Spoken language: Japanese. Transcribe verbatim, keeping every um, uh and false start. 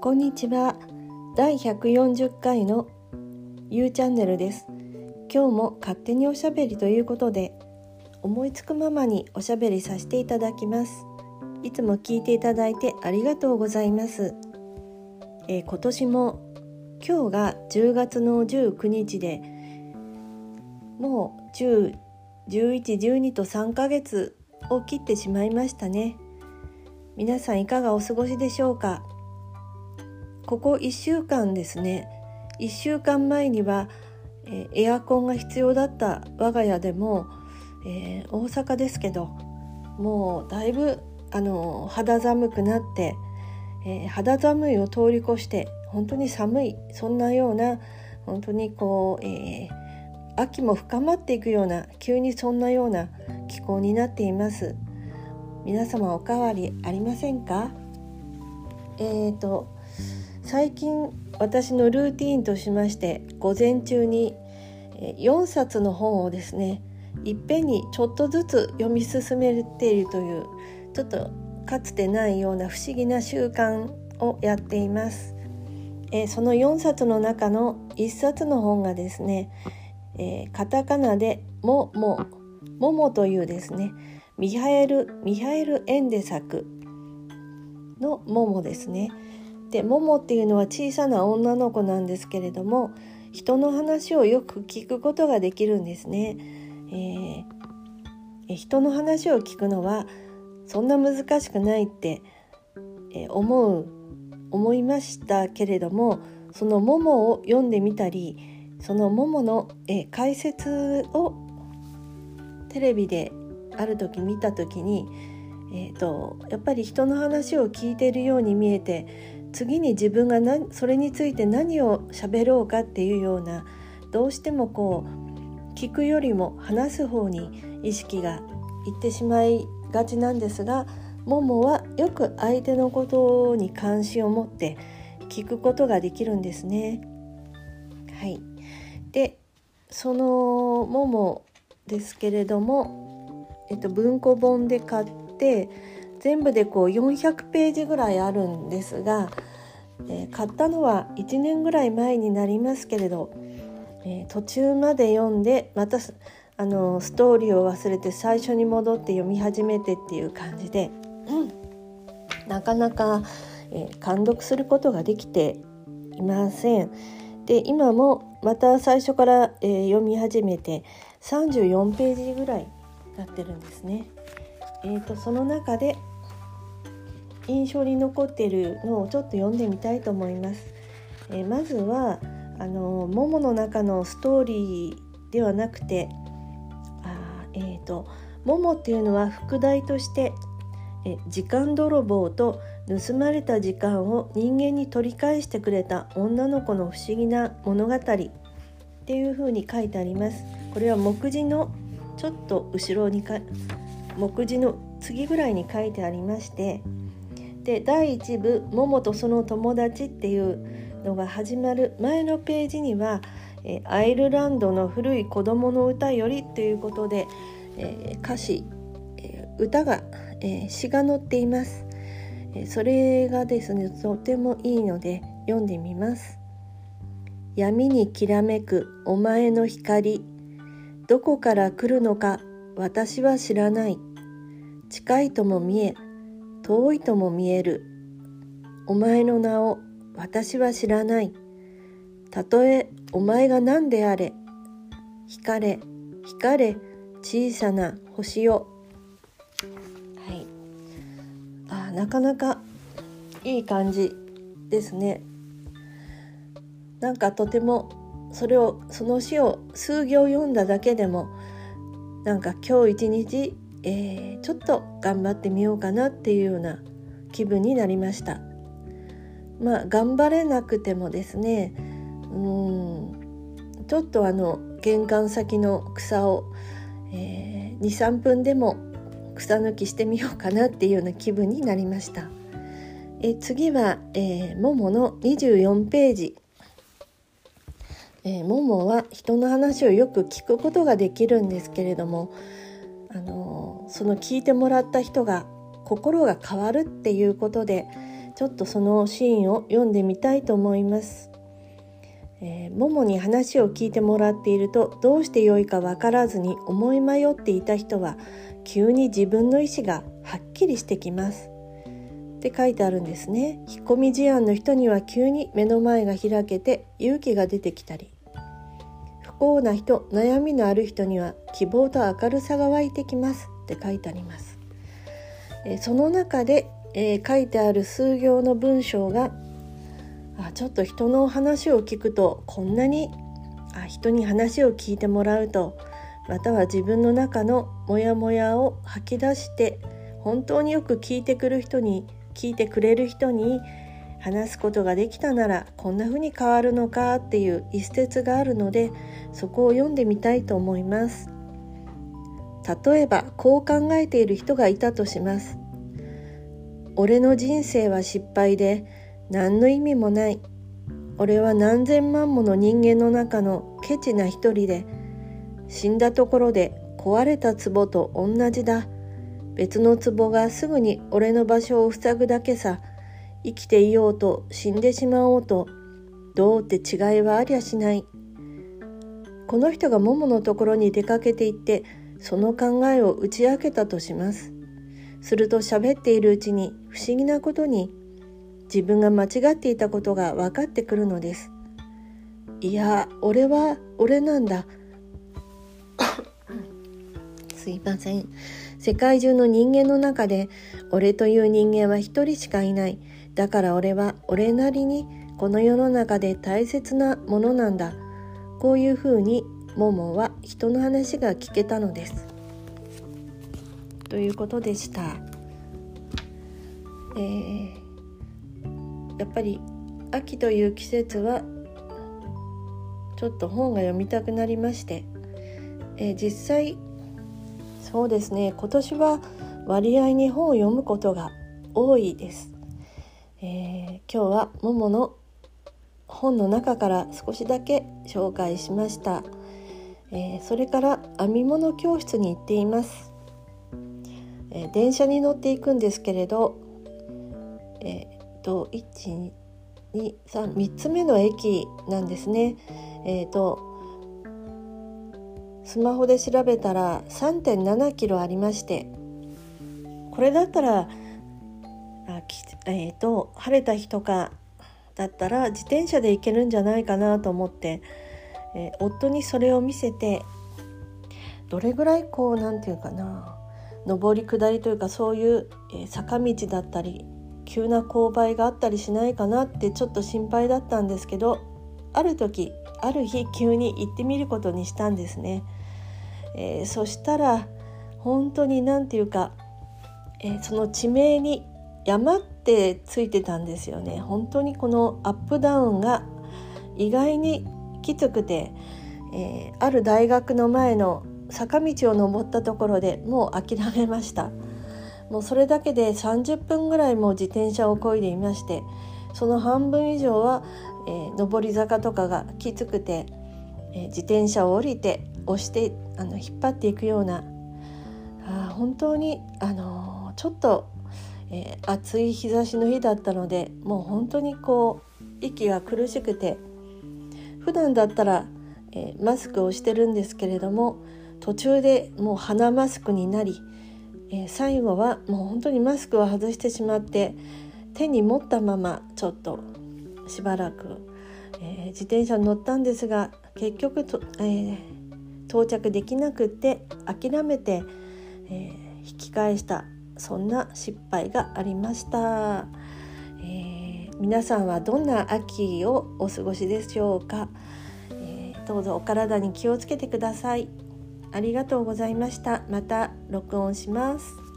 こんにちは。だいひゃくよんじゅっかいのゆうチャンネルです。今日も勝手におしゃべりということで、思いつくままにおしゃべりさせていただきます。いつも聞いていただいてありがとうございます。えー、今年も今日がじゅうがつのじゅうくにちで、もうじゅう、じゅういち、じゅうにとさんかげつを切ってしまいましたね。皆さんいかがお過ごしでしょうか。ここいっしゅうかんですね、いっしゅうかんまえには、えー、エアコンが必要だった我が家でも、えー、大阪ですけど、もうだいぶあの肌寒くなって、えー、肌寒いを通り越して本当に寒い、そんなような本当にこう、えー、秋も深まっていくような、急にそんなような気候になっています。皆様お変わりありませんか？えーと最近私のルーティーンとしまして、午前中によんさつの本をですね、いっぺんにちょっとずつ読み進めているという、ちょっとかつてないような不思議な習慣をやっています。えー、そのよんさつの中のいっさつの本がですね、えー、カタカナでももももというですね、ミハエルミハエル・エンデ作のももですね。で、ももっていうのは小さな女の子なんですけれども、人の話をよく聞くことができるんですね。えー、人の話を聞くのはそんな難しくないって、えー、思う思いましたけれども、そのももを読んでみたり、そのももの、えー、解説をテレビである時見た時に、えーと、やっぱり人の話を聞いているように見えて、次に自分が何それについて何を喋ろうかっていうような、どうしてもこう聞くよりも話す方に意識がいってしまいがちなんですが、ももはよく相手のことに関心を持って聞くことができるんですね。はい。で、そのももですけれども、えっと、文庫本で買って、全部でこうよんひゃくページぐらいあるんですが、えー、買ったのはいちねんぐらい前になりますけれど、えー、途中まで読んで、またあのストーリーを忘れて最初に戻って読み始めてっていう感じで、うん、なかなか、えー、完読することができていません。で、今もまた最初から、えー、読み始めてさんじゅうよんページぐらいなってるんですね。えーと、その中で印象に残っているのをちょっと読んでみたいと思います。えー、まずはあのももの中のストーリーではなくて、あえーとももっていうのは副題として、え時間泥棒と盗まれた時間を人間に取り返してくれた女の子の不思議な物語っていうふうに書いてあります。これは目次のちょっと後ろにか目次の次ぐらいに書いてありまして、でだいいちぶももとその友達っていうのが始まる前のページには、えアイルランドの古い子供の歌よりということで、え歌詞、え歌が、え詩が載っています。えそれがですね、とてもいいので読んでみます。闇にきらめくお前の光、どこから来るのか私は知らない。近いとも見え、遠いとも見える。お前の名を私は知らない。たとえお前が何であれ、光れ、光れ、小さな星よ。はい。あ、なかなかいい感じですね。なんかとてもそれをその詩を数行読んだだけでも、なんか今日一日、えー、ちょっと頑張ってみようかなっていうような気分になりました。まあ頑張れなくてもですね、うーんちょっとあの玄関先の草を、えー、にさんぷんでも草抜きしてみようかなっていうような気分になりました。え次は、えー、もものにじゅうよんページ。えー、ももは人の話をよく聞くことができるんですけれども、あのー、その聞いてもらった人が心が変わるっていうことで、 ちょっとそのシーンを読んでみたいと思います。えー、ももに話を聞いてもらっていると、どうしてよいか分からずに思い迷っていた人は急に自分の意思がはっきりしてきますって書いてあるんですね。引っ込み思案の人には急に目の前が開けて勇気が出てきたり、不幸な人、悩みのある人には希望と明るさが湧いてきますって書いてあります。えー、その中で、えー、書いてある数行の文章が、あちょっと人の話を聞くと、こんなにあ人に話を聞いてもらうと、または自分の中のモヤモヤを吐き出して、本当によく聞いてくる人に聞いてくれる人に話すことができたなら、こんな風に変わるのかっていう一節があるので、そこを読んでみたいと思います。例えばこう考えている人がいたとします。俺の人生は失敗で何の意味もない。俺は何千万もの人間の中のケチな一人で、死んだところで壊れた壺と同じだ。別の壺がすぐに俺の場所を塞ぐだけさ。生きていようと死んでしまおうと、どうって違いはありゃしない。この人がもものところに出かけていって、その考えを打ち明けたとします。すると喋っているうちに不思議なことに、自分が間違っていたことが分かってくるのです。いや、俺は俺なんだ。すいません。世界中の人間の中で俺という人間は一人しかいない。だから俺は俺なりにこの世の中で大切なものなんだ。こういうふうにももは人の話が聞けたのです。ということでした。えー、やっぱり秋という季節はちょっと本が読みたくなりまして、えー、実際そうですね、今年は割合に本を読むことが多いです。えー、今日はももの本の中から少しだけ紹介しました。えー、それから編み物教室に行っています。えー、電車に乗っていくんですけれど、えー、といち、に、さん、みっつめの駅なんですね。えーとスマホで調べたら さんてんななキロありまして、これだったらあき、えー、と晴れた日とかだったら自転車で行けるんじゃないかなと思って、えー、夫にそれを見せて、どれぐらいこうなんていうかな、上り下りというかそういう、えー、坂道だったり急な勾配があったりしないかなってちょっと心配だったんですけど、ある時ある日急に行ってみることにしたんですね。えー、そしたら本当になんていうか、えー、その地名に山ってついてたんですよね。本当にこのアップダウンが意外にきつくて、えー、ある大学の前の坂道を登ったところでもう諦めました。もうそれだけでさんじゅっぷんぐらいもう自転車を漕いでいまして、その半分以上は、えー、上り坂とかがきつくて、えー、自転車を降りて押してあの引っ張っていくような、あ本当に、あのー、ちょっと、えー、暑い日差しの日だったので、もう本当にこう息が苦しくて、普段だったら、えー、マスクをしてるんですけれども、途中でもう鼻マスクになり、えー、最後はもう本当にマスクを外してしまって、手に持ったままちょっとしばらく、えー、自転車に乗ったんですが、結局と、えー、到着できなくって諦めて、えー、引き返した、そんな失敗がありました。えー、皆さんはどんな秋をお過ごしでしょうか。えー、どうぞお体に気をつけてください。ありがとうございました。また録音します。